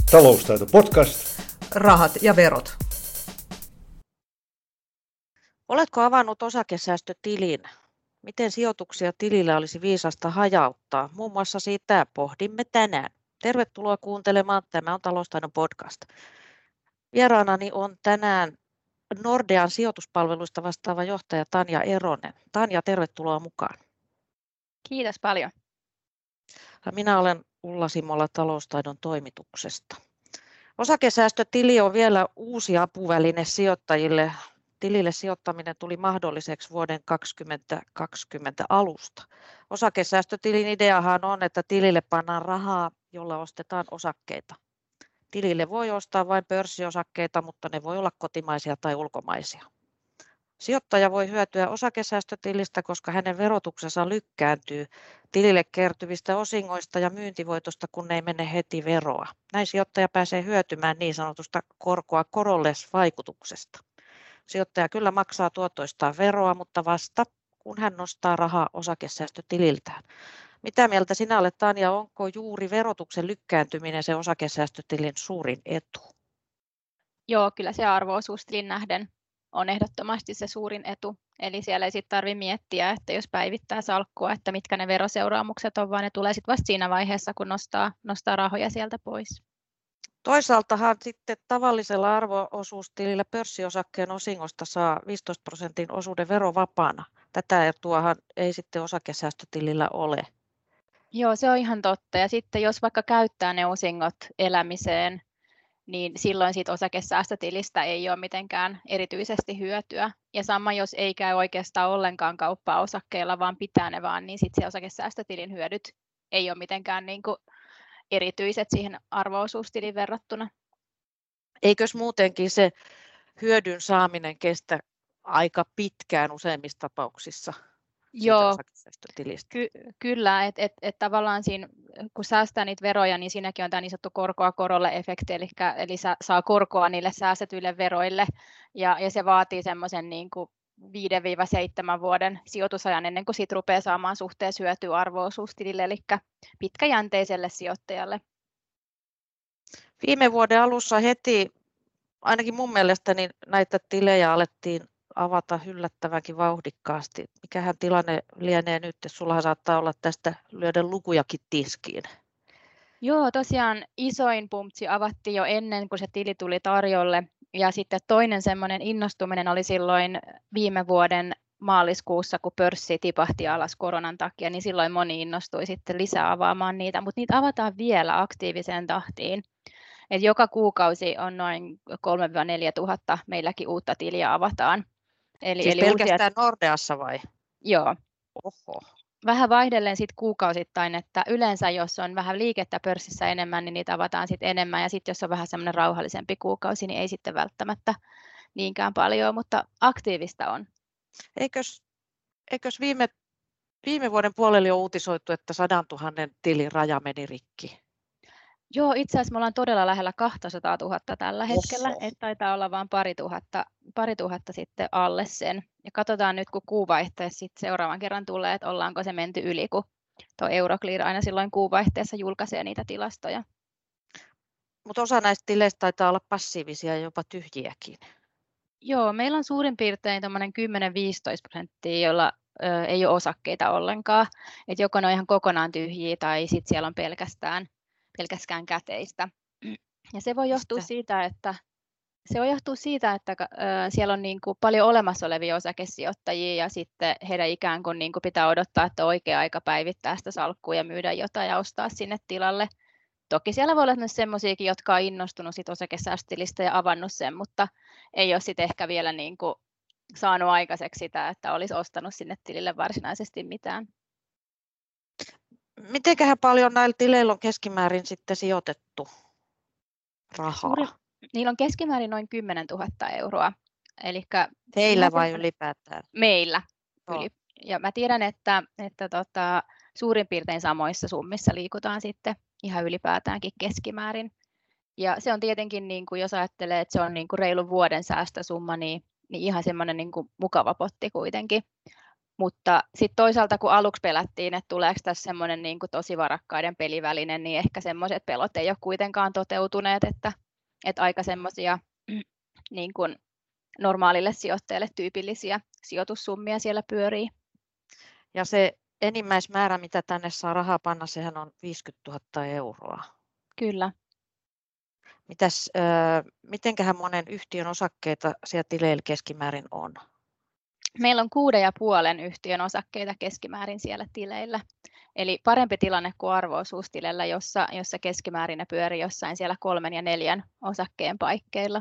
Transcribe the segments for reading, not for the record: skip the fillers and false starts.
Taloustaito podcast. Rahat ja verot. Oletko avannut osakesäästötilin? Miten sijoituksia tilille olisi viisasta hajauttaa? Muun muassa siitä pohdimme tänään. Tervetuloa kuuntelemaan. Tämä on Taloustaidon podcast. Vieraanani on tänään Nordean sijoituspalveluista vastaava johtaja Tanja Eronen. Tanja, tervetuloa mukaan. Kiitos paljon. Minä olen Ulla Simola Taloustaidon toimituksesta. Osakesäästötili on vielä uusi apuväline sijoittajille. Tilille sijoittaminen tuli mahdolliseksi vuoden 2020 alusta. Osakesäästötilin ideahan on, että tilille pannaan rahaa, jolla ostetaan osakkeita. Tilille voi ostaa vain pörssiosakkeita, mutta ne voi olla kotimaisia tai ulkomaisia. Sijoittaja voi hyötyä osakesäästötilistä, koska hänen verotuksensa lykkääntyy tilille kertyvistä osingoista ja myyntivoitosta, kun ne ei mene heti veroa. Näin sijoittaja pääsee hyötymään niin sanotusta korkoa korolles-vaikutuksesta. Sijoittaja kyllä maksaa tuotoistaan veroa, mutta vasta kun hän nostaa rahaa osakesäästötililtään. Mitä mieltä sinä olet, Tanja, onko juuri verotuksen lykkääntyminen se osakesäästötilin suurin etu? Joo, kyllä se arvo-osuustilin nähden on ehdottomasti se suurin etu. Eli siellä ei sitten tarvitse miettiä, että jos päivittää salkkua, että mitkä ne veroseuraamukset on, vaan ne tulee sitten vasta siinä vaiheessa, kun nostaa rahoja sieltä pois. Toisaaltahan sitten tavallisella arvo-osuustilillä pörssiosakkeen osingosta saa 15% osuuden verovapaana. Tätä etuahan ei sitten osakesäästötilillä ole. Joo, se on ihan totta. Ja sitten jos vaikka käyttää ne osingot elämiseen, niin silloin siitä osakesäästötilistä ei ole mitenkään erityisesti hyötyä. Ja sama, jos ei käy oikeastaan ollenkaan kauppaa osakkeilla, vaan pitää ne vaan, niin sitten se osakesäästötilin hyödyt ei ole mitenkään niin kuin erityiset siihen arvo-osuustilin verrattuna. Eikös muutenkin se hyödyn saaminen kestä aika pitkään useimmissa tapauksissa? Joo, osakesäästötilistä? Kyllä, että tavallaan siinä, kun säästää niitä veroja, niin siinäkin on tämä niin sanottu korkoa korolle efekti, eli saa korkoa niille säästetyille veroille, ja se vaatii semmoisen niin kuin 5-7 vuoden sijoitusajan ennen kuin siitä rupeaa saamaan suhteessa hyötyä arvo-osuustilille, eli pitkäjänteiselle sijoittajalle. Viime vuoden alussa heti, ainakin mun mielestä, niin näitä tilejä alettiin avata yllättävänkin vauhdikkaasti. Mikähän tilanne lienee nyt? Sullahan saattaa olla tästä lyödä lukujakin tiskiin. Joo, tosiaan isoin pumpsi avattiin jo ennen kuin se tili tuli tarjolle. Ja sitten toinen semmoinen innostuminen oli silloin viime vuoden maaliskuussa, kun pörssi tipahti alas koronan takia, niin silloin moni innostui sitten lisää avaamaan niitä, mutta niitä avataan vielä aktiiviseen tahtiin. Et joka kuukausi on noin 3-4 tuhatta meilläkin uutta tiliä avataan. Eli pelkästään Nordeassa vai? Joo. Oho. Vähän vaihdellen sit kuukausittain, että yleensä jos on vähän liikettä pörssissä enemmän, niin niitä avataan sitten enemmän. Ja sitten jos on vähän semmoinen rauhallisempi kuukausi, niin ei sitten välttämättä paljon, mutta aktiivista on. Eikös viime vuoden puolella jo uutisoitu, että 100 000 tilin raja meni rikki? Joo, itse asiassa me ollaan todella lähellä 200 000 tällä hetkellä, että taitaa olla vain pari tuhatta sitten alle sen. Ja katsotaan nyt, kun kuuvaihteessa sitten seuraavan kerran tulee, että ollaanko se menty yli, kun tuo Euroclear aina silloin kuuvaihteessa julkaisee niitä tilastoja. Mutta osa näistä tileistä taitaa olla passiivisia ja jopa tyhjiäkin. Joo, meillä on suurin piirtein 10-15%, jolla ei ole osakkeita ollenkaan. Et joko ne on ihan kokonaan tyhjiä tai sitten siellä on pelkästään käteistä. Ja se voi johtua siitä, että siellä on niin kuin paljon olemassa olevia osakesijoittajia ja sitten heidän ikään kuin, pitää odottaa, että on oikea aika päivittää sitä salkkua ja myydä jotain ja ostaa sinne tilalle. Toki siellä voi olla myös sellaisiakin, jotka on innostunut sit osakesäästötilistä ja avannut sen, mutta ei ole sitten ehkä vielä niin kuin saanut aikaiseksi sitä, että olisi ostanut sinne tilille varsinaisesti mitään. Mitenköhän paljon näillä tileillä on keskimäärin sitten sijoitettu rahaa? Niillä on keskimäärin noin 10 000 euroa. Elikkä teillä vai ylipäätään? Meillä. Ja mä tiedän, että suurin piirtein samoissa summissa liikutaan sitten ihan ylipäätäänkin keskimäärin. Ja se on tietenkin, niin kuin jos ajattelee, että se on niin kuin reilun vuoden säästösumma, niin ihan semmoinen niin kuin mukava potti kuitenkin. Mutta sitten toisaalta, kun aluksi pelättiin, että tuleeko tässä semmoinen niin kuin tosi varakkaiden peliväline, niin ehkä semmoiset pelot ei ole kuitenkaan toteutuneet, että aika semmoisia niin kuin normaalille sijoittajalle tyypillisiä sijoitussummia siellä pyörii. Ja se enimmäismäärä, mitä tänne saa rahaa panna, sehän on 50 000 euroa. Kyllä. Mitenköhän monen yhtiön osakkeita siellä tileillä keskimäärin on? Meillä on 6,5 yhtiön osakkeita keskimäärin siellä tileillä. Eli parempi tilanne kuin arvo-osuustilillä, jossa keskimäärin ne pyörii jossain siellä 3 ja 4 osakkeen paikkeilla.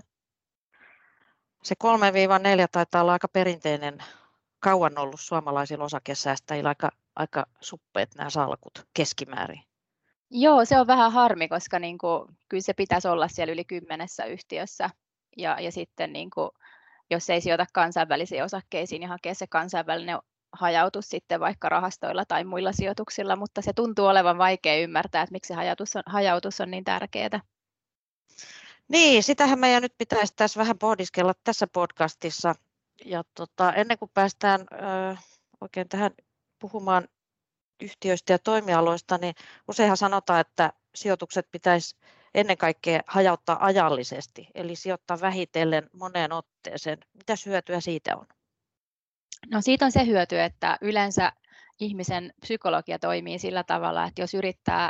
Se 3-4 taitaa olla aika perinteinen, kauan ollut suomalaisilla osakesäästäjillä aika suppeet nämä salkut keskimäärin. Joo, se on vähän harmi, koska kyllä se pitäisi olla siellä yli 10 yhtiössä. Ja sitten jos ei sijoita kansainvälisiin osakkeisiin, niin hakee se kansainvälinen hajautus sitten vaikka rahastoilla tai muilla sijoituksilla, mutta se tuntuu olevan vaikea ymmärtää, että miksi hajautus on niin tärkeää. Niin, sitähän meidän nyt pitäisi tässä vähän pohdiskella tässä podcastissa. Ja ennen kuin päästään oikein tähän puhumaan yhtiöistä ja toimialoista, niin useinhan sanotaan, että sijoitukset pitäisi ennen kaikkea hajauttaa ajallisesti, eli sijoittaa vähitellen moneen otteeseen. Mitäs hyötyä siitä on? No siitä on se hyöty, että yleensä ihmisen psykologia toimii sillä tavalla, että jos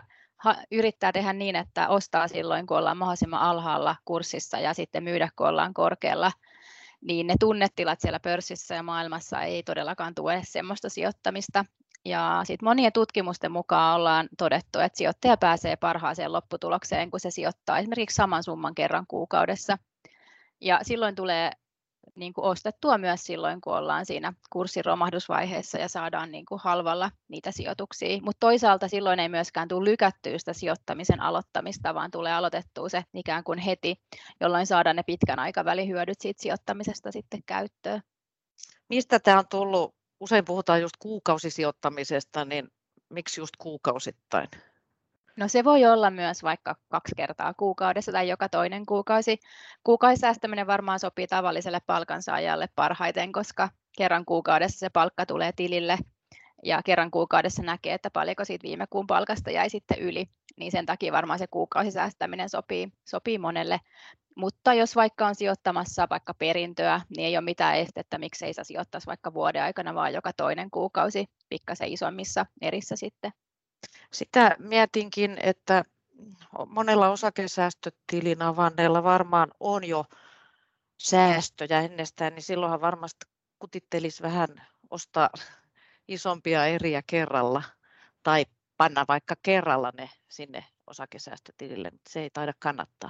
yrittää tehdä niin, että ostaa silloin, kun ollaan mahdollisimman alhaalla kurssissa ja sitten myydä, kun ollaan korkealla, niin ne tunnetilat siellä pörssissä ja maailmassa ei todellakaan tue semmoista sijoittamista. Ja sitten monien tutkimusten mukaan ollaan todettu, että sijoittaja pääsee parhaaseen lopputulokseen, kun se sijoittaa esimerkiksi saman summan kerran kuukaudessa. Ja silloin tulee ostettua myös silloin, kun ollaan siinä kurssin romahdusvaiheessa ja saadaan halvalla niitä sijoituksia. Mutta toisaalta silloin ei myöskään tule lykättyä sitä sijoittamisen aloittamista, vaan tulee aloitettua se ikään kuin heti, jolloin saadaan ne pitkän aikavälin hyödyt siitä sijoittamisesta sitten käyttöön. Mistä tämä on tullut? Usein puhutaan just kuukausisijoittamisesta, niin miksi just kuukausittain? No se voi olla myös vaikka 2 kertaa kuukaudessa tai joka toinen kuukausi. Kuukausisäästäminen varmaan sopii tavalliselle palkansaajalle parhaiten, koska kerran kuukaudessa se palkka tulee tilille ja kerran kuukaudessa näkee, että paljonko siitä viime kuun palkasta jäi sitten yli. Niin sen takia varmaan se kuukausisäästäminen sopii monelle. Mutta jos vaikka on sijoittamassa vaikka perintöä, niin ei ole mitään estettä, miksei saa sijoittaisi vaikka vuoden aikana, vaan joka toinen kuukausi pikkasen isommissa erissä sitten. Sitä mietinkin, että monella osakesäästötilin avanneella varmaan on jo säästöjä ennestään, niin silloinhan varmasti kutittelisi vähän ostaa isompia eriä kerralla tai panna vaikka kerralla ne sinne osakesäästötilille, mutta se ei taida kannattaa.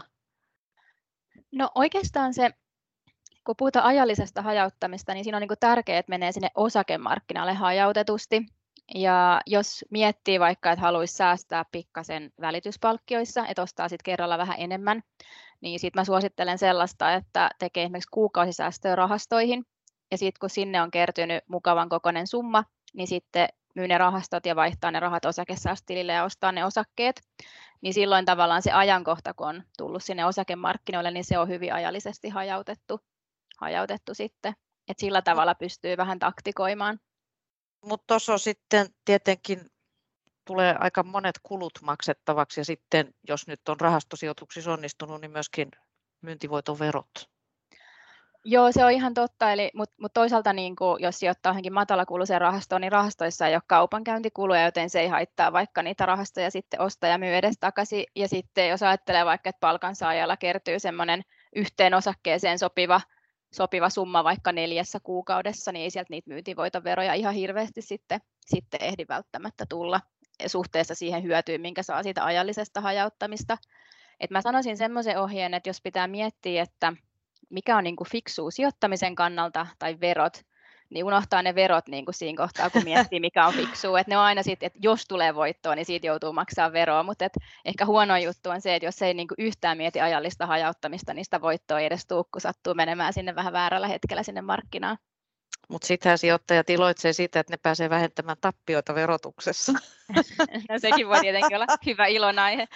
No oikeastaan se, kun puhutaan ajallisesta hajauttamista, niin siinä on tärkeää, että menee sinne osakemarkkinalle hajautetusti. Ja jos miettii vaikka, että haluaisi säästää pikkasen välityspalkkioissa, että ostaa sitten kerralla vähän enemmän, niin sitten mä suosittelen sellaista, että tekee esimerkiksi kuukausisäästöä rahastoihin. Ja sitten kun sinne on kertynyt mukavan kokoinen summa, niin sitten myy ne rahastot ja vaihtaa ne rahat osakesäästötilille ja ostaa ne osakkeet. Niin silloin tavallaan se ajankohta, kun on tullut sinne osakemarkkinoille, niin se on hyvin ajallisesti hajautettu sitten. Et sillä tavalla pystyy vähän taktikoimaan. Mutta tuossa sitten tietenkin tulee aika monet kulut maksettavaksi ja sitten jos nyt on rahastosijoituksissa onnistunut, niin myöskin myyntivoiton verot. Joo, se on ihan totta, mutta toisaalta jos sijoittaa johonkin matalakuluiseen rahastoon, niin rahastoissa ei ole kaupankäyntikuluja, joten se ei haittaa vaikka niitä rahastoja sitten ostaa ja myy edes takaisin. Ja sitten jos ajattelee vaikka, että palkansaajalla kertyy semmoinen yhteen osakkeeseen sopiva summa vaikka 4 kuukaudessa, niin ei sieltä niitä myyntivoiton veroja ihan hirveästi sitten ehdi välttämättä tulla suhteessa siihen hyötyyn, minkä saa siitä ajallisesta hajauttamista. Et mä sanoisin semmoisen ohjeen, että jos pitää miettiä, että mikä on fiksua sijoittamisen kannalta tai verot, niin unohtaa ne verot siinä kohtaa, kun miettii, mikä on fiksua. Et ne on aina sitten, että jos tulee voittoa, niin siitä joutuu maksamaan veroa, mutta ehkä huono juttu on se, että jos ei yhtään mieti ajallista hajauttamista, niin sitä voittoa ei edes tule, kun sattuu menemään sinne vähän väärällä hetkellä sinne markkinaan. Mutta sittenhän sijoittajat iloitsee siitä, että ne pääsee vähentämään tappioita verotuksessa. No sekin voi tietenkin olla hyvä ilonaihe.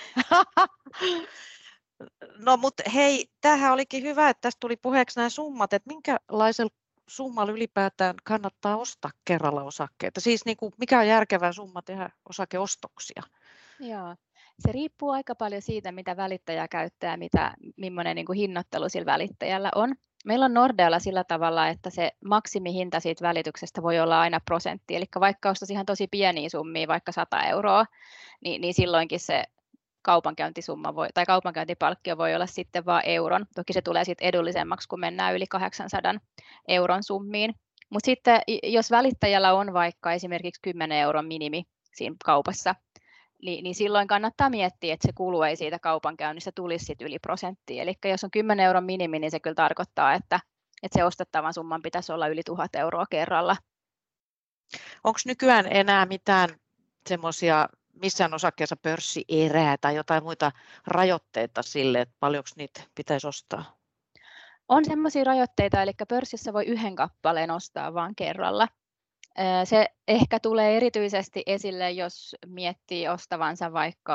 No mutta hei, tämähän olikin hyvä, että tästä tuli puheeksi nämä summat, että minkälaisella summalla ylipäätään kannattaa ostaa kerralla osakkeita? Siis niin kuin, mikä on järkevä summa tehdä osakeostoksia? Joo. Se riippuu aika paljon siitä, mitä välittäjä käyttää, millainen niin kuin hinnoittelu sillä välittäjällä on. Meillä on Nordealla sillä tavalla, että se maksimihinta siitä välityksestä voi olla aina prosentti. Eli vaikka ostaisi ihan tosi pieniä summia, vaikka 100 euroa, niin silloinkin se kaupankäyntisumma tai kaupankäyntipalkkio voi olla sitten vain euron. Toki se tulee sitten edullisemmaksi, kun mennään yli 800 euron summiin. Mutta sitten jos välittäjällä on vaikka esimerkiksi 10 euron minimi siinä kaupassa, niin silloin kannattaa miettiä, että se kulu ei siitä kaupankäynnistä tulisi sit yli prosenttia. Eli jos on 10 euron minimi, niin se kyllä tarkoittaa, että se ostettavan summan pitäisi olla yli 1000 euroa kerralla. Onko nykyään enää mitään semmoisia missään osakkeessa pörssierää tai jotain muita rajoitteita sille, että paljonko niitä pitäisi ostaa? On semmoisia rajoitteita, eli pörssissä voi yhden kappaleen ostaa vain kerralla. Se ehkä tulee erityisesti esille, jos miettii ostavansa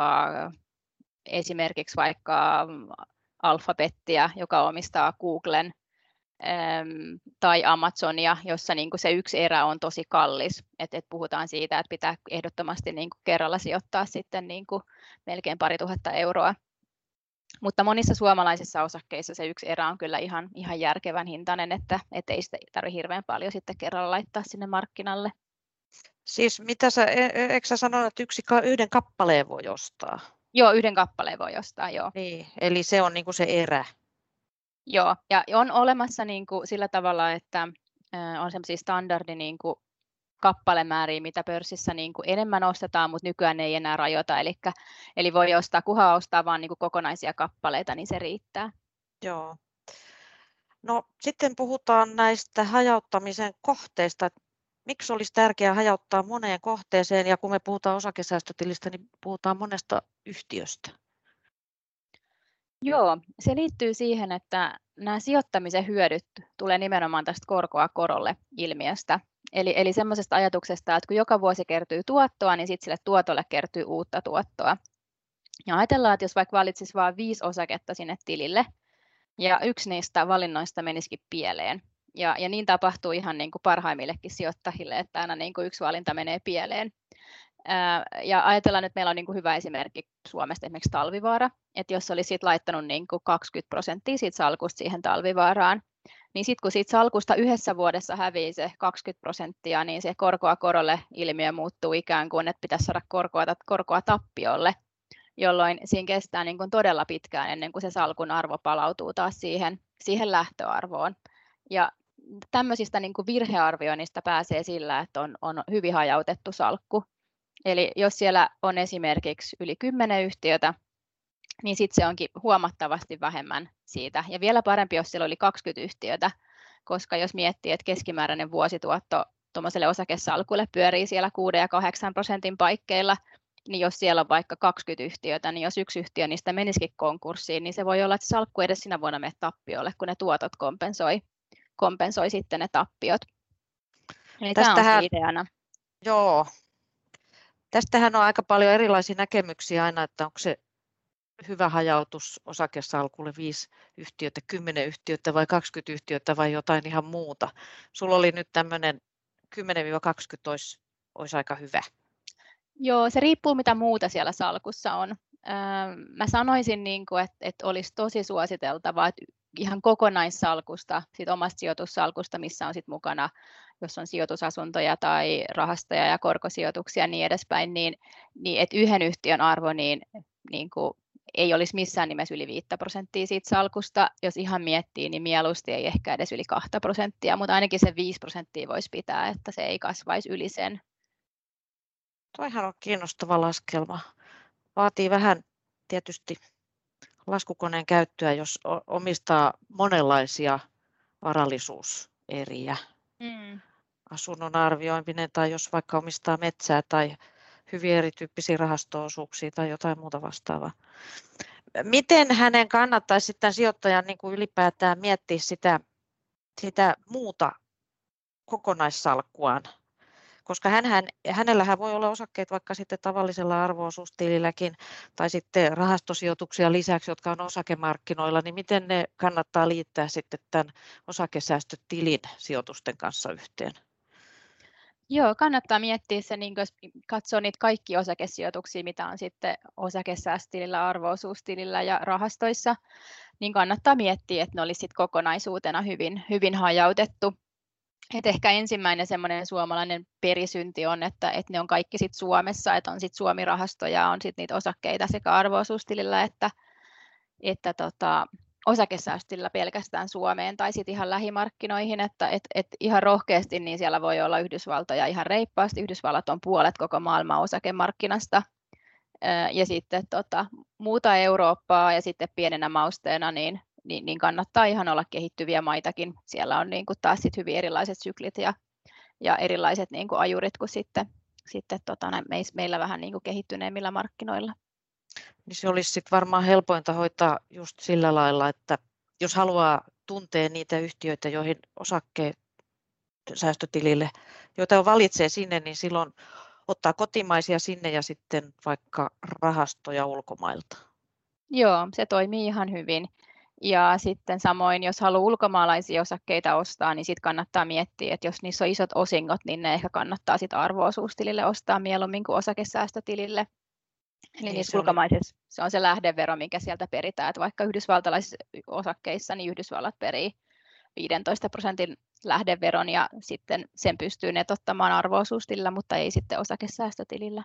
esimerkiksi vaikka Alphabetia, joka omistaa Googlen, tai Amazonia, jossa niin kuin se yksi erä on tosi kallis. Et puhutaan siitä, että pitää ehdottomasti niin kuin kerralla sijoittaa sitten niin kuin melkein 2000 euroa. Mutta monissa suomalaisissa osakkeissa se yksi erä on kyllä ihan järkevän hintainen, että ei sitä tarvitse hirveän paljon sitten kerralla laittaa sinne markkinalle. Siis mitä eikö sä sanoa, että yhden kappaleen voi ostaa? Joo, yhden kappaleen voi ostaa, joo. Niin, eli se on niin kuin se erä. Joo, ja on olemassa niin kuin sillä tavalla, että on semmoisia standardi niin kuin kappalemääriä, mitä pörssissä niin kuin enemmän ostetaan, mutta nykyään ei enää rajoita. Eli voi ostaa, kunhan ostaa vain niin kuin kokonaisia kappaleita, niin se riittää. Joo. No sitten puhutaan näistä hajauttamisen kohteista. Miksi olisi tärkeää hajauttaa moneen kohteeseen, ja kun me puhutaan osakesäästötilistä, niin puhutaan monesta yhtiöstä? Joo, se liittyy siihen, että nämä sijoittamisen hyödyt tulee nimenomaan tästä korkoa korolle -ilmiöstä. Eli semmoisesta ajatuksesta, että kun joka vuosi kertyy tuottoa, niin sitten sille tuotolle kertyy uutta tuottoa. Ja ajatellaan, että jos vaikka valitsisi vain 5 osaketta sinne tilille, ja yksi niistä valinnoista menisikin pieleen. Ja niin tapahtuu ihan niin kuin parhaimmillekin sijoittajille, että aina niin kuin yksi valinta menee pieleen. Ja ajatellaan, että meillä on niin kuin hyvä esimerkki Suomesta esimerkiksi Talvivaara, että jos olisit laittanut niin kuin 20% siitä salkusta siihen Talvivaaraan, niin sitten kun siitä salkusta yhdessä vuodessa hävii se 20%, niin se korkoa korolle -ilmiö muuttuu ikään kuin, että pitäisi saada korkoa tappiolle, jolloin siinä kestää niin kuin todella pitkään ennen kuin se salkun arvo palautuu taas siihen lähtöarvoon. Ja tämmöisistä niin kuin virhearvioinnista pääsee sillä, että on hyvin hajautettu salkku. Eli jos siellä on esimerkiksi yli 10 yhtiötä, niin sitten se onkin huomattavasti vähemmän siitä. Ja vielä parempi, jos siellä oli 20 yhtiötä, koska jos miettii, että keskimääräinen vuosituotto tuommoiselle osakesalkulle pyörii siellä 6 ja 8% paikkeilla, niin jos siellä on vaikka 20 yhtiötä, niin jos yksi yhtiö niistä menisikin konkurssiin, niin se voi olla, että salkku edes sinä vuonna mene tappiolle, kun ne tuotot kompensoi sitten ne tappiot. Eli tämä on ideana. Joo. Tästähän on aika paljon erilaisia näkemyksiä aina, että onko se hyvä hajautus osakesalkulle 5 yhtiötä, 10 yhtiötä vai 20 yhtiötä vai jotain ihan muuta. Sulla oli nyt tämmöinen 10-20 olisi aika hyvä. Joo, se riippuu mitä muuta siellä salkussa on. Mä sanoisin, että olisi tosi suositeltavaa, että ihan kokonaissalkusta, siitä omasta sijoitussalkusta, missä on sit mukana, jos on sijoitusasuntoja tai rahastoja ja korkosijoituksia ja niin edespäin, niin että yhden yhtiön arvo niin kuin ei olisi missään nimessä yli 5% siitä salkusta. Jos ihan miettii, niin mieluusti ei ehkä edes yli 2%, mutta ainakin se 5% voisi pitää, että se ei kasvaisi yli sen. Toihan on kiinnostava laskelma. Vaatii vähän tietysti laskukoneen käyttöä, jos omistaa monenlaisia varallisuuseriä. Asunnon arvioiminen tai jos vaikka omistaa metsää tai hyvin erityyppisiä rahasto-osuuksia tai jotain muuta vastaavaa. Miten hänen kannattaisi sitten sijoittajan niin kuin ylipäätään miettiä sitä muuta kokonaissalkkuaan? koska hänellähän voi olla osakkeet vaikka sitten tavallisella arvo-osuustililläkin tai sitten rahastosijoituksia lisäksi, jotka on osakemarkkinoilla, niin miten ne kannattaa liittää sitten tämän osakesäästötilin sijoitusten kanssa yhteen? Joo, kannattaa miettiä se, niin jos katsoo niitä kaikki osakesijoituksia, mitä on sitten osakesäästötilillä, arvo-osuustilillä ja rahastoissa, niin kannattaa miettiä, että ne olisi sit kokonaisuutena hyvin hajautettu. Et ehkä ensimmäinen semmoinen suomalainen perisynti on, että ne on kaikki sit Suomessa, että on sit Suomi-rahasto ja on sit niitä osakkeita sekä arvo-osuustilillä että osakesäästötilillä pelkästään Suomeen tai sitten ihan lähimarkkinoihin, että ihan rohkeasti niin siellä voi olla Yhdysvaltoja ihan reippaasti. Yhdysvallat on puolet koko maailman osakemarkkinasta ja sitten muuta Eurooppaa ja sitten pienenä mausteena niin kannattaa ihan olla kehittyviä maitakin. Siellä on niin kuin taas sit hyvin erilaiset syklit ja erilaiset niin kuin ajurit kuin sitten meillä vähän niin kuin kehittyneemmillä markkinoilla. Niin se olisi sitten varmaan helpointa hoitaa just sillä lailla, että jos haluaa tuntea niitä yhtiöitä, joihin osakesäästötilille, joita valitsee sinne, niin silloin ottaa kotimaisia sinne ja sitten vaikka rahastoja ulkomailta. Joo, se toimii ihan hyvin. Ja sitten samoin, jos haluaa ulkomaalaisia osakkeita ostaa, niin sitten kannattaa miettiä, että jos niissä on isot osingot, niin ne ehkä kannattaa sitten arvo-osuustilille ostaa mieluummin kuin osakesäästötilille. Eli niissä ulkomaisissa se on se lähdevero, minkä sieltä peritään. Että vaikka yhdysvaltalaisissa osakkeissa, niin Yhdysvallat perii 15% lähdeveron ja sitten sen pystyy netottamaan arvo-osuustilillä, mutta ei sitten osakesäästötilillä.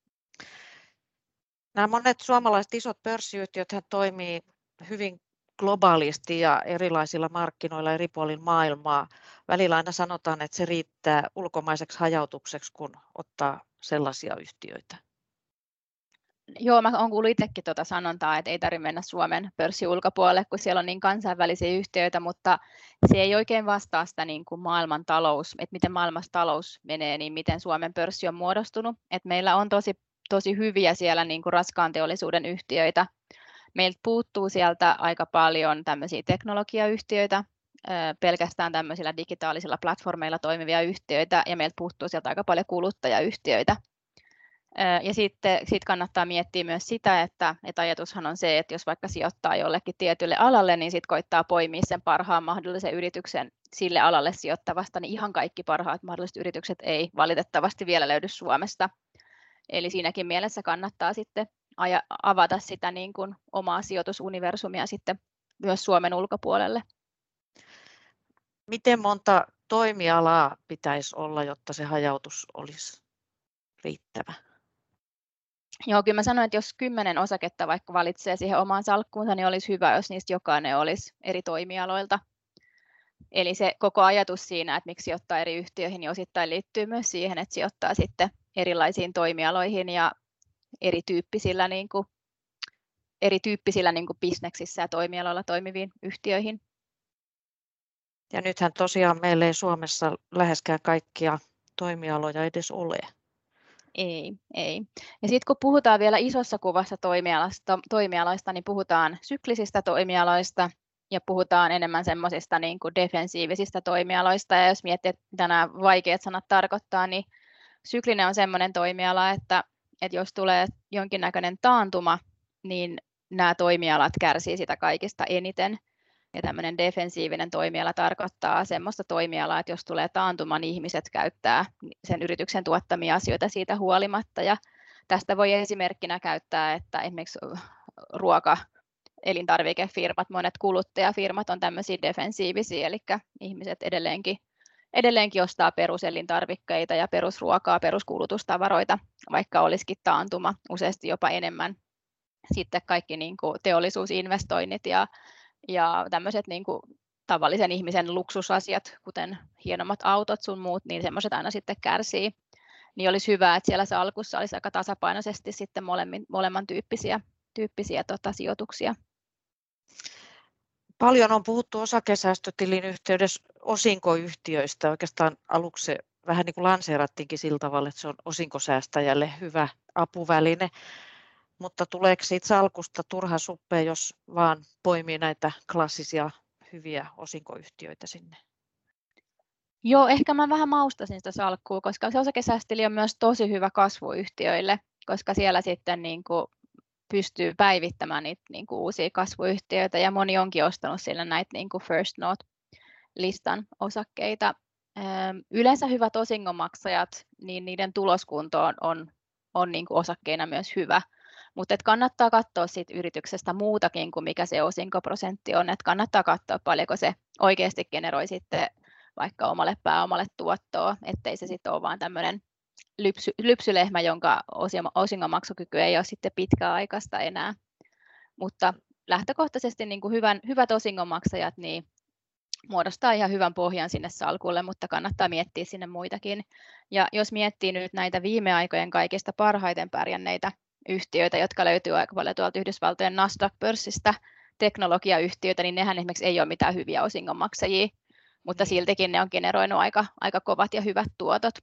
Nämä monet suomalaiset isot pörssiyhtiöt toimii hyvin globaalisti ja erilaisilla markkinoilla eri puolilla maailmaa. Välillä aina sanotaan, että se riittää ulkomaiseksi hajautukseksi, kun ottaa sellaisia yhtiöitä. Joo, mä olen kuullut itsekin tuota sanontaa, että ei tarvitse mennä Suomen pörssin ulkopuolelle, kun siellä on niin kansainvälisiä yhtiöitä, mutta se ei oikein vastaa sitä niin kuin maailman talous, että miten maailmassa talous menee, niin miten Suomen pörssi on muodostunut. Että meillä on tosi hyviä siellä niin kuin raskaan teollisuuden yhtiöitä. Meiltä puuttuu sieltä aika paljon tämmöisiä teknologiayhtiöitä, pelkästään tämmöisillä digitaalisilla platformeilla toimivia yhtiöitä, ja meiltä puuttuu sieltä aika paljon kuluttajayhtiöitä. Ja sitten kannattaa miettiä myös sitä, että ajatushan on se, että jos vaikka sijoittaa jollekin tietylle alalle, niin sitten koittaa poimia sen parhaan mahdollisen yrityksen sille alalle sijoittavasta, niin ihan kaikki parhaat mahdolliset yritykset ei valitettavasti vielä löydy Suomesta. Eli siinäkin mielessä kannattaa sitten avata sitä niin kuin omaa sijoitusuniversumia sitten myös Suomen ulkopuolelle. Miten monta toimialaa pitäisi olla, jotta se hajautus olisi riittävä? Joo, kyllä mä sanoin, että jos 10 osaketta vaikka valitsee siihen omaan salkkuunsa, niin olisi hyvä, jos niistä jokainen olisi eri toimialoilta. Eli se koko ajatus siinä, että miksi sijoittaa eri yhtiöihin, niin osittain liittyy myös siihen, että sijoittaa sitten erilaisiin toimialoihin ja erityyppisillä bisneksissä ja toimialoilla toimiviin yhtiöihin. Ja nythän tosiaan meillä ei Suomessa läheskään kaikkia toimialoja edes ole. Ei. Ja sitten kun puhutaan vielä isossa kuvassa toimialoista, niin puhutaan syklisistä toimialoista ja puhutaan enemmän semmoisista niin kuin defensiivisistä toimialoista. Ja jos miettii, mitä nämä vaikeat sanat tarkoittaa, niin syklinen on semmoinen toimiala, että jos tulee jonkinnäköinen taantuma, niin nämä toimialat kärsii sitä kaikista eniten. Ja tämmöinen defensiivinen toimiala tarkoittaa semmoista toimialaa, että jos tulee taantuma, niin ihmiset käyttää sen yrityksen tuottamia asioita siitä huolimatta. Ja tästä voi esimerkkinä käyttää, että esimerkiksi elintarvikefirmat, monet kuluttajafirmat on tämmöisiä defensiivisiä, eli ihmiset edelleenkin ostaa peruselintarvikkeita ja perusruokaa, peruskulutustavaroita, vaikka olisikin taantuma, useasti jopa enemmän. Sitten kaikki niin kuin teollisuusinvestoinnit ja tämmöiset niin kuin tavallisen ihmisen luksusasiat, kuten hienommat autot sun muut, niin semmoiset aina sitten kärsii. Niin olisi hyvä, että siellä salkussa olisi aika tasapainoisesti sitten molemman tyyppisiä sijoituksia. Paljon on puhuttu osakesäästötilin yhteydessä osinkoyhtiöistä. Oikeastaan aluksi se vähän niin kuin lanseerattiinkin sillä tavalla, että se on osinkosäästäjälle hyvä apuväline. Mutta tuleeko siitä salkusta turha suppea, jos vaan poimii näitä klassisia hyviä osinkoyhtiöitä sinne? Joo, ehkä mä vähän maustasin sitä salkkua, koska se osakesäästötili on myös tosi hyvä kasvuyhtiöille, koska siellä sitten niin kuin pystyy päivittämään niitä niin kuin uusia kasvuyhtiöitä ja moni onkin ostanut sille näitä niin kuin First North-listan osakkeita. Yleensä hyvät osingonmaksajat, niin niiden tuloskunto on niin kuin osakkeina myös hyvä, mutta kannattaa katsoa siitä yrityksestä muutakin kuin mikä se osinkoprosentti on, että kannattaa katsoa paljonko se oikeasti generoi sitten vaikka omalle pääomalle tuottoa, ettei se sitten ole vaan tämmöinen lypsylehmä, jonka osingonmaksukyky ei ole sitten pitkäaikaista enää. Mutta lähtökohtaisesti niin kuin hyvät osingonmaksajat niin muodostaa ihan hyvän pohjan sinne salkulle, mutta kannattaa miettiä sinne muitakin. Ja jos miettii nyt näitä viime aikojen kaikista parhaiten pärjänneitä yhtiöitä, jotka löytyy aika paljon tuolta Yhdysvaltojen Nasdaq-pörssistä, teknologiayhtiöitä, niin nehän esimerkiksi ei ole mitään hyviä osingonmaksajia, mutta siltikin ne on generoinut aika kovat ja hyvät tuotot.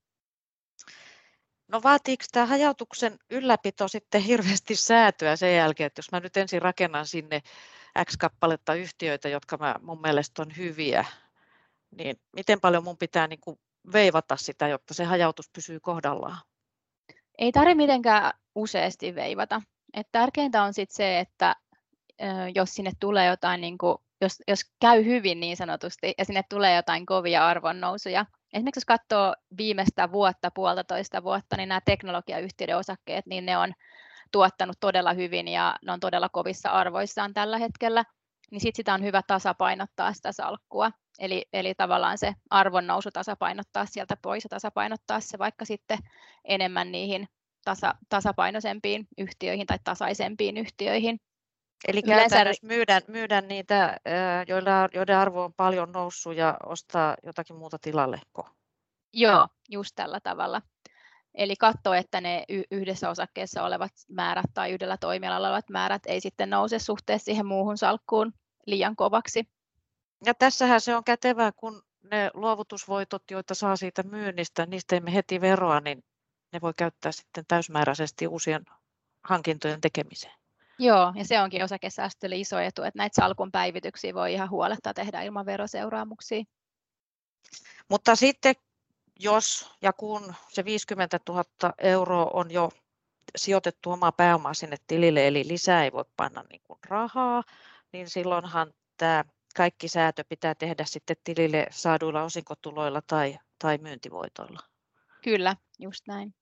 No vaatiiko tämä hajautuksen ylläpito sitten hirveästi säätöä sen jälkeen, että jos mä nyt ensin rakennan sinne X kappaletta yhtiöitä, jotka mun mielestä on hyviä, niin miten paljon mun pitää niin kuin veivata sitä, jotta se hajautus pysyy kohdallaan? Ei tarvitse mitenkään useasti veivata. Et tärkeintä on sit se, että jos sinne tulee jotain, niin kuin, jos käy hyvin niin sanotusti, ja sinne tulee jotain kovia arvonnousuja. Esimerkiksi jos katsoo viimeistä vuotta, 1,5 vuotta, niin nämä teknologiayhtiöiden osakkeet, niin ne on tuottanut todella hyvin ja ne on todella kovissa arvoissaan tällä hetkellä, niin sitten sitä on hyvä tasapainottaa sitä salkkua. Eli tavallaan se arvonnousu tasapainottaa sieltä pois ja tasapainottaa se vaikka sitten enemmän niihin tasapainoisempiin yhtiöihin tai tasaisempiin yhtiöihin. Eli käytännössä myydään niitä, joiden arvo on paljon noussut ja ostaa jotakin muuta tilalleko? Joo, just tällä tavalla. Eli katso, että ne yhdessä osakkeessa olevat määrät tai yhdellä toimialalla olevat määrät ei sitten nouse suhteessa siihen muuhun salkkuun liian kovaksi. Ja tässähän se on kätevää, kun ne luovutusvoitot, joita saa siitä myynnistä, niistä emme heti veroa, niin ne voi käyttää sitten täysmääräisesti uusien hankintojen tekemiseen. Joo, ja se onkin osakesäästölle iso etu, että näitä salkun päivityksiä voi ihan huoletta tehdä ilman veroseuraamuksia. Mutta sitten jos ja kun se 50 000 € on jo sijoitettu omaa pääomaa sinne tilille, eli lisää ei voi panna niin kuin rahaa, niin silloinhan tämä kaikki säätö pitää tehdä sitten tilille saaduilla osinkotuloilla tai myyntivoitoilla. Kyllä, just näin.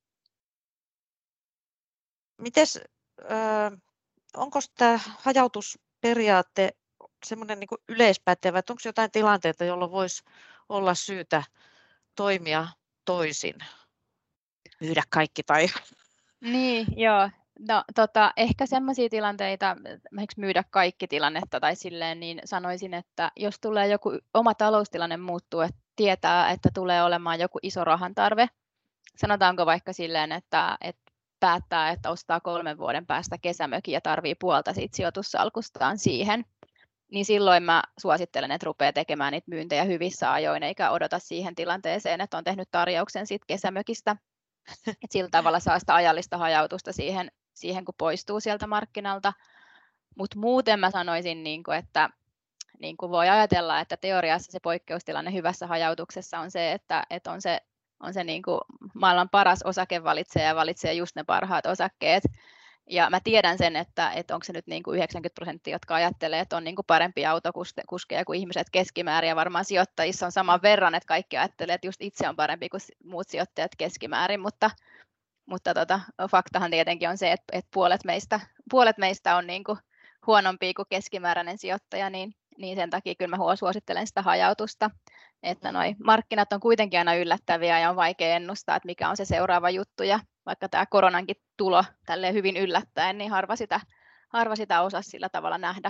Mites, onko tämä hajautusperiaate semmoinen niin kuin yleispätevä, että onko jotain tilanteita, jolloin voisi olla syytä toimia toisin, myydä kaikki tai... Niin, joo. No, ehkä sellaisia tilanteita, esimerkiksi myydä kaikki tilannetta tai silleen, niin sanoisin, että jos tulee joku oma taloustilanne muuttuu, että tietää, että tulee olemaan joku iso rahan tarve, sanotaanko vaikka silleen, että päättää, että ostaa 3 vuoden päästä kesämökin ja tarvii puolta siitä sijoitussalkustaan siihen, niin silloin mä suosittelen, että rupeaa tekemään niitä myyntejä hyvissä ajoin, eikä odota siihen tilanteeseen, että on tehnyt tarjouksen siitä kesämökistä. Et sillä tavalla saa sitä ajallista hajautusta siihen kun poistuu sieltä markkinalta. Mutta muuten mä sanoisin, että voi ajatella, että teoriassa se poikkeustilanne hyvässä hajautuksessa on se, että on se maailman paras osakevalitsija ja valitsee just ne parhaat osakkeet. Ja mä tiedän sen, että onko se nyt 90%, jotka ajattelee, että on parempi autokuskeja kuin ihmiset keskimäärin, ja varmaan sijoittajissa on saman verran, että kaikki ajattelee, että just itse on parempi kuin muut sijoittajat keskimäärin, mutta faktahan tietenkin on se, että puolet meistä on huonompia kuin keskimääräinen sijoittaja, niin sen takia kyllä mä suosittelen sitä hajautusta, että noi markkinat on kuitenkin aina yllättäviä ja on vaikea ennustaa, että mikä on se seuraava juttu, ja vaikka tämä koronankin tulo tälleen hyvin yllättäen, niin harva sitä osasi sillä tavalla nähdä.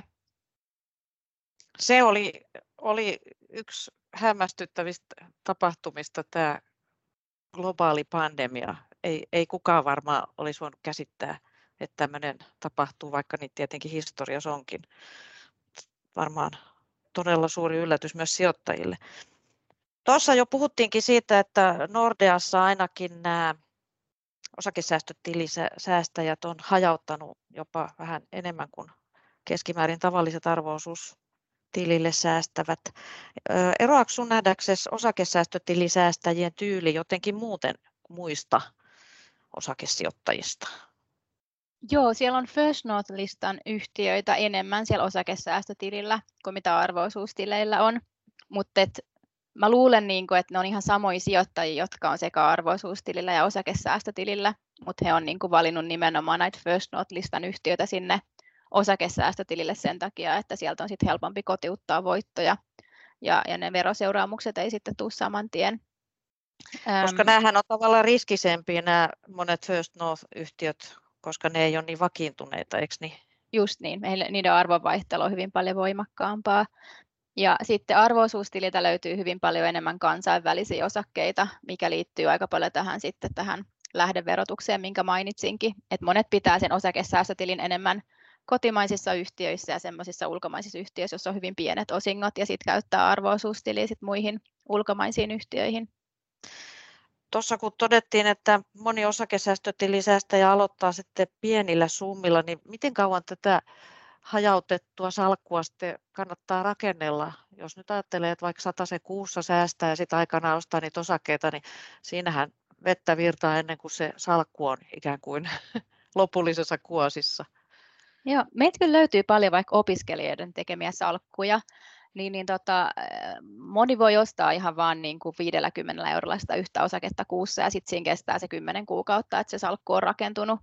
Se oli yksi hämmästyttävistä tapahtumista, tämä globaali pandemia. Ei kukaan varmaan olisi voinut käsittää, että tämmöinen tapahtuu, vaikka niitä tietenkin historiassa onkin. Varmaan todella suuri yllätys myös sijoittajille. Tuossa jo puhuttiinkin siitä, että Nordeassa ainakin nämä osakesäästötilisäästäjät on hajauttanut jopa vähän enemmän kuin keskimäärin tavalliset arvo-osuustilit tilille säästävät. Eroaako sun nähdäksesi osakesäästötilisäästäjien tyyli jotenkin muuten muista osakesijoittajista? Joo, siellä on First North-listan yhtiöitä enemmän siellä osakesäästötilillä kuin mitä arvo-osuustileillä on, mutta mä luulen, että ne on ihan samoja sijoittajia, jotka on sekä arvo-osuustilillä ja osakesäästötilillä, mutta he on valinnut nimenomaan näitä First North-listan yhtiöitä sinne osakesäästötilille sen takia, että sieltä on sitten helpompi kotiuttaa voittoja ja ne veroseuraamukset ei sitten tule saman tien. Koska näähän on tavallaan riskisempiä nämä monet First North-yhtiöt, koska ne ei ole niin vakiintuneita, eikö niin? Just niin, niiden arvonvaihtelu on hyvin paljon voimakkaampaa. Ja sitten arvo-osuustililtä löytyy hyvin paljon enemmän kansainvälisiä osakkeita, mikä liittyy aika paljon tähän lähdeverotukseen, minkä mainitsinkin. Että monet pitää sen osakesäästötilin enemmän kotimaisissa yhtiöissä ja semmoisissa ulkomaisissa yhtiöissä, joissa on hyvin pienet osingot, ja sitten käyttää arvo-osuustiliä sit muihin ulkomaisiin yhtiöihin. Tuossa kun todettiin, että moni osakesäästötilisäästäjä aloittaa sitten pienillä summilla, niin miten kauan tätä hajautettua salkkua sitten kannattaa rakennella? Jos nyt ajattelee, että vaikka 100 kuussa säästää ja sitten aikanaan ostaa niitä osakkeita, niin siinähän vettä virtaa ennen kuin se salkku on ikään kuin lopullisessa kuosissa. Joo, meitä kyllä löytyy paljon vaikka opiskelijoiden tekemiä salkkuja, moni voi ostaa ihan vaan 50 eurolla sitä yhtä osaketta kuussa ja sitten siinä kestää se 10 kuukautta, että se salkku on rakentunut.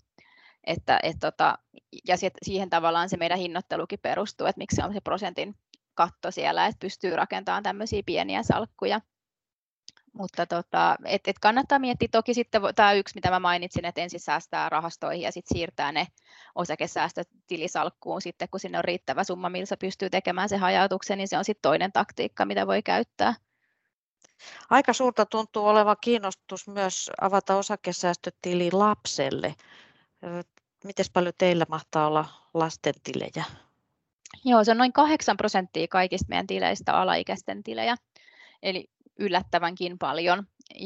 Ja siihen tavallaan se meidän hinnoittelukin perustuu, että miksi se on se prosentin siellä, että pystyy rakentamaan tämmöisiä pieniä salkkuja. Mutta kannattaa miettiä toki sitten, tämä yksi mitä mä mainitsin, että ensin säästää rahastoihin ja sitten siirtää ne osakesäästötilisalkkuun sitten, kun sinne on riittävä summa, millä se pystyy tekemään se hajautuksen, niin se on sitten toinen taktiikka, mitä voi käyttää. Aika suurta tuntuu olevan kiinnostus myös avata osakesäästötili lapselle. Miten paljon teillä mahtaa olla lasten tilejä? Joo, se on noin 8% kaikista meidän tileistä alaikäisten tilejä, eli yllättävänkin paljon.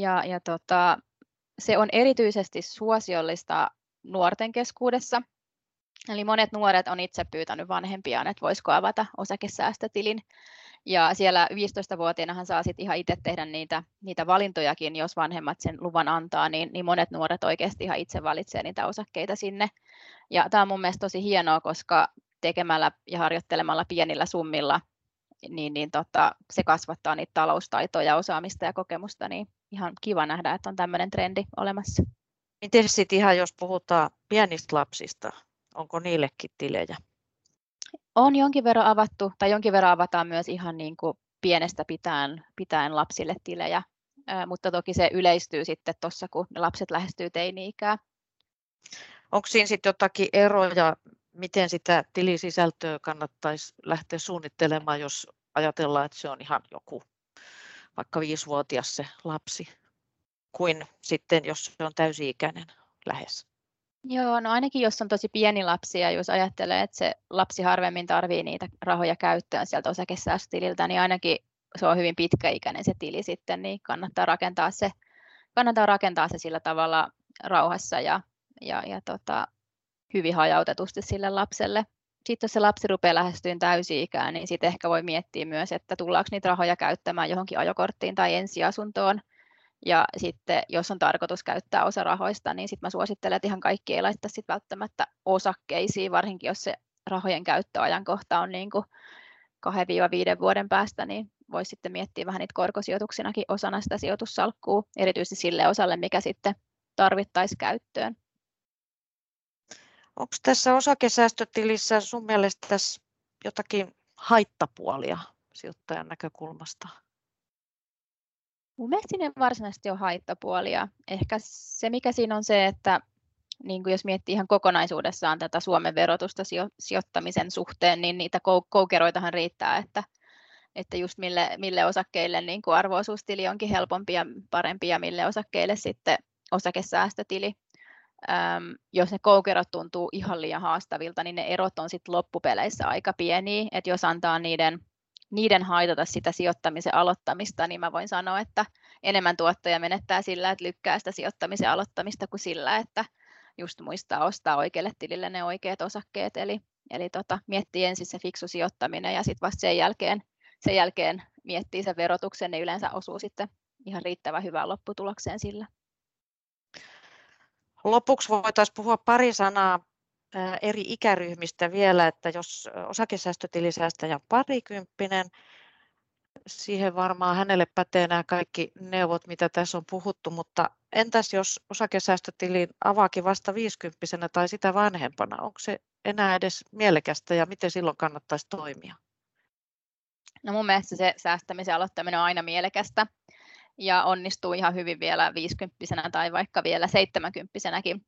Se on erityisesti suosiollista nuorten keskuudessa. Eli monet nuoret on itse pyytänyt vanhempiaan, että voisiko avata osakesäästötilin. Ja siellä 15-vuotiaanahan saa sitten ihan itse tehdä niitä valintojakin, jos vanhemmat sen luvan antaa, niin monet nuoret oikeasti ihan itse valitsee niitä osakkeita sinne. Ja tämä on mun mielestä tosi hienoa, koska tekemällä ja harjoittelemalla pienillä summilla, se kasvattaa niitä taloustaitoja ja osaamista ja kokemusta, niin ihan kiva nähdä, että on tämmöinen trendi olemassa. Miten sitten ihan, jos puhutaan pienistä lapsista, onko niillekin tilejä? On jonkin verran avattu, tai jonkin verran avataan myös ihan pienestä pitäen lapsille tilejä, mutta toki se yleistyy sitten tuossa, kun ne lapset lähestyy teini-ikää. Onko siinä sitten jotakin eroja, miten sitä tilisisältöä kannattaisi lähteä suunnittelemaan, jos ajatellaan, että se on ihan joku vaikka 5-vuotias se lapsi, kuin sitten jos se on täysi-ikäinen lähes? Joo, no ainakin jos on tosi pieni lapsi ja jos ajattelee, että se lapsi harvemmin tarvitsee niitä rahoja käyttöön sieltä osakesäästötililtä, niin ainakin se on hyvin pitkäikäinen se tili sitten, niin kannattaa rakentaa se sillä tavalla rauhassa ja hyvin hajautetusti sille lapselle. Sitten jos se lapsi rupeaa lähestymään täysi-ikään, niin sitten ehkä voi miettiä myös, että tullaanko niitä rahoja käyttämään johonkin ajokorttiin tai ensiasuntoon. Ja sitten jos on tarkoitus käyttää osa rahoista, niin sitten mä suosittelen, että ihan kaikki ei laittaa sit välttämättä osakkeisiin, varsinkin jos se rahojen käyttöajankohta on 2-5 vuoden päästä, niin voisi sitten miettiä vähän niitä korkosijoituksinakin osana sitä sijoitussalkkua, erityisesti sille osalle, mikä sitten tarvittaisiin käyttöön. Onko tässä osakesäästötilissä sun mielestä tässä jotakin haittapuolia sijoittajan näkökulmasta? Mun mielestä siinä ei varsinaisesti ole haittapuolia. Ehkä se, mikä siinä on se, että jos miettii ihan kokonaisuudessaan tätä Suomen verotusta sijoittamisen suhteen, niin niitä koukeroitahan riittää, että just mille osakkeille arvo-osuustili onkin helpompi ja parempi ja mille osakkeille sitten osakesäästötili. Jos ne koukerot tuntuu ihan liian haastavilta, niin ne erot on sitten loppupeleissä aika pieniä, että jos antaa niiden haitata sitä sijoittamisen aloittamista, niin mä voin sanoa, että enemmän tuottoja menettää sillä, että lykkää sitä sijoittamisen aloittamista kuin sillä, että just muistaa ostaa oikealle tilille ne oikeat osakkeet. Eli Eli miettii ensin se fiksu sijoittaminen ja sitten vasta sen jälkeen miettii sen verotuksen, niin yleensä osuu sitten ihan riittävän hyvään lopputulokseen sillä. Lopuksi voitaisiin puhua pari sanaa eri ikäryhmistä vielä, että jos osakesäästötilisäästäjä on parikymppinen, siihen varmaan hänelle pätee nämä kaikki neuvot, mitä tässä on puhuttu, mutta entäs jos osakesäästötilin avaakin vasta 50-vuotiaana tai sitä vanhempana, onko se enää edes mielekästä ja miten silloin kannattaisi toimia? No mun mielestä se säästämisen aloittaminen on aina mielekästä ja onnistuu ihan hyvin vielä 50-vuotiaana tai vaikka vielä 70-vuotiaanakin.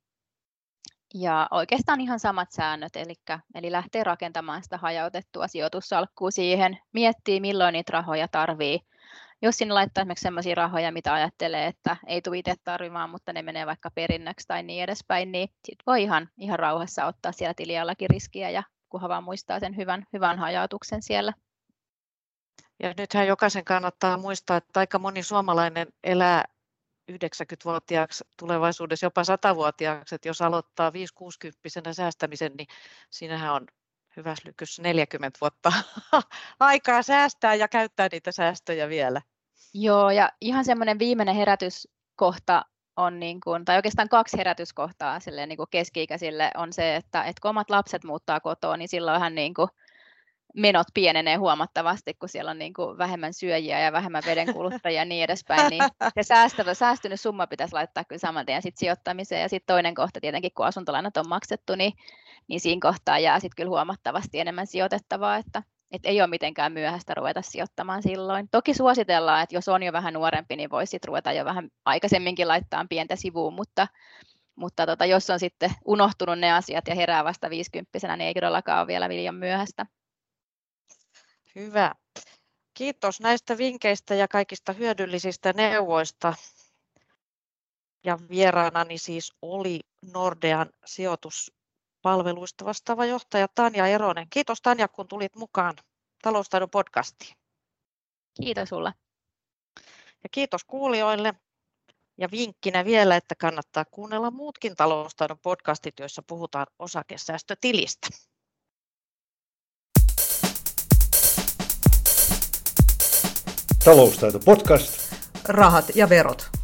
Ja oikeastaan ihan samat säännöt, eli lähtee rakentamaan sitä hajautettua sijoitussalkkua siihen, miettii milloin niitä rahoja tarvii. Jos sinne laittaa esimerkiksi sellaisia rahoja, mitä ajattelee, että ei tule itse tarvimaan, mutta ne menee vaikka perinnöksi tai niin edespäin, niin sit voi ihan rauhassa ottaa siellä tiliallakin riskiä ja kunhan vaan muistaa sen hyvän hajautuksen siellä. Ja nythän jokaisen kannattaa muistaa, että aika moni suomalainen elää 90-vuotiaaksi, tulevaisuudessa jopa 100-vuotiaaksi, että jos aloittaa 5-60-vuotiaana säästämisen, niin siinähän on hyvässä lykyssä 40 vuotta aikaa säästää ja käyttää niitä säästöjä vielä. Joo, ja ihan semmoinen viimeinen herätyskohta on, tai oikeastaan 2 herätyskohtaa keski-ikäisille on se, että kun omat lapset muuttaa kotoa, niin silloinhan menot pienenee huomattavasti, kun siellä on vähemmän syöjiä ja vähemmän vedenkuluttajia ja niin edespäin, niin se säästynyt summa pitäisi laittaa kyllä saman tien sijoittamiseen. Ja sitten toinen kohta tietenkin, kun asuntolainat on maksettu, niin siinä kohtaa jää sitten kyllä huomattavasti enemmän sijoitettavaa, että ei ole mitenkään myöhäistä ruveta sijoittamaan silloin. Toki suositellaan, että jos on jo vähän nuorempi, niin voisi ruveta jo vähän aikaisemminkin laittaa pientä sivuun, mutta jos on sitten unohtunut ne asiat ja herää vasta 50-vuotiaana, niin ei todellakaan ole vielä liian myöhäistä. Hyvä. Kiitos näistä vinkkeistä ja kaikista hyödyllisistä neuvoista. Ja vieraanani siis oli Nordean sijoituspalveluista vastaava johtaja Tanja Eronen. Kiitos Tanja, kun tulit mukaan Taloustaidon podcastiin. Kiitos sulle. Ja kiitos kuulijoille. Ja vinkkinä vielä, että kannattaa kuunnella muutkin Taloustaidon podcastit, joissa puhutaan osakesäästötilistä. Taloustaito podcast. Rahat ja verot.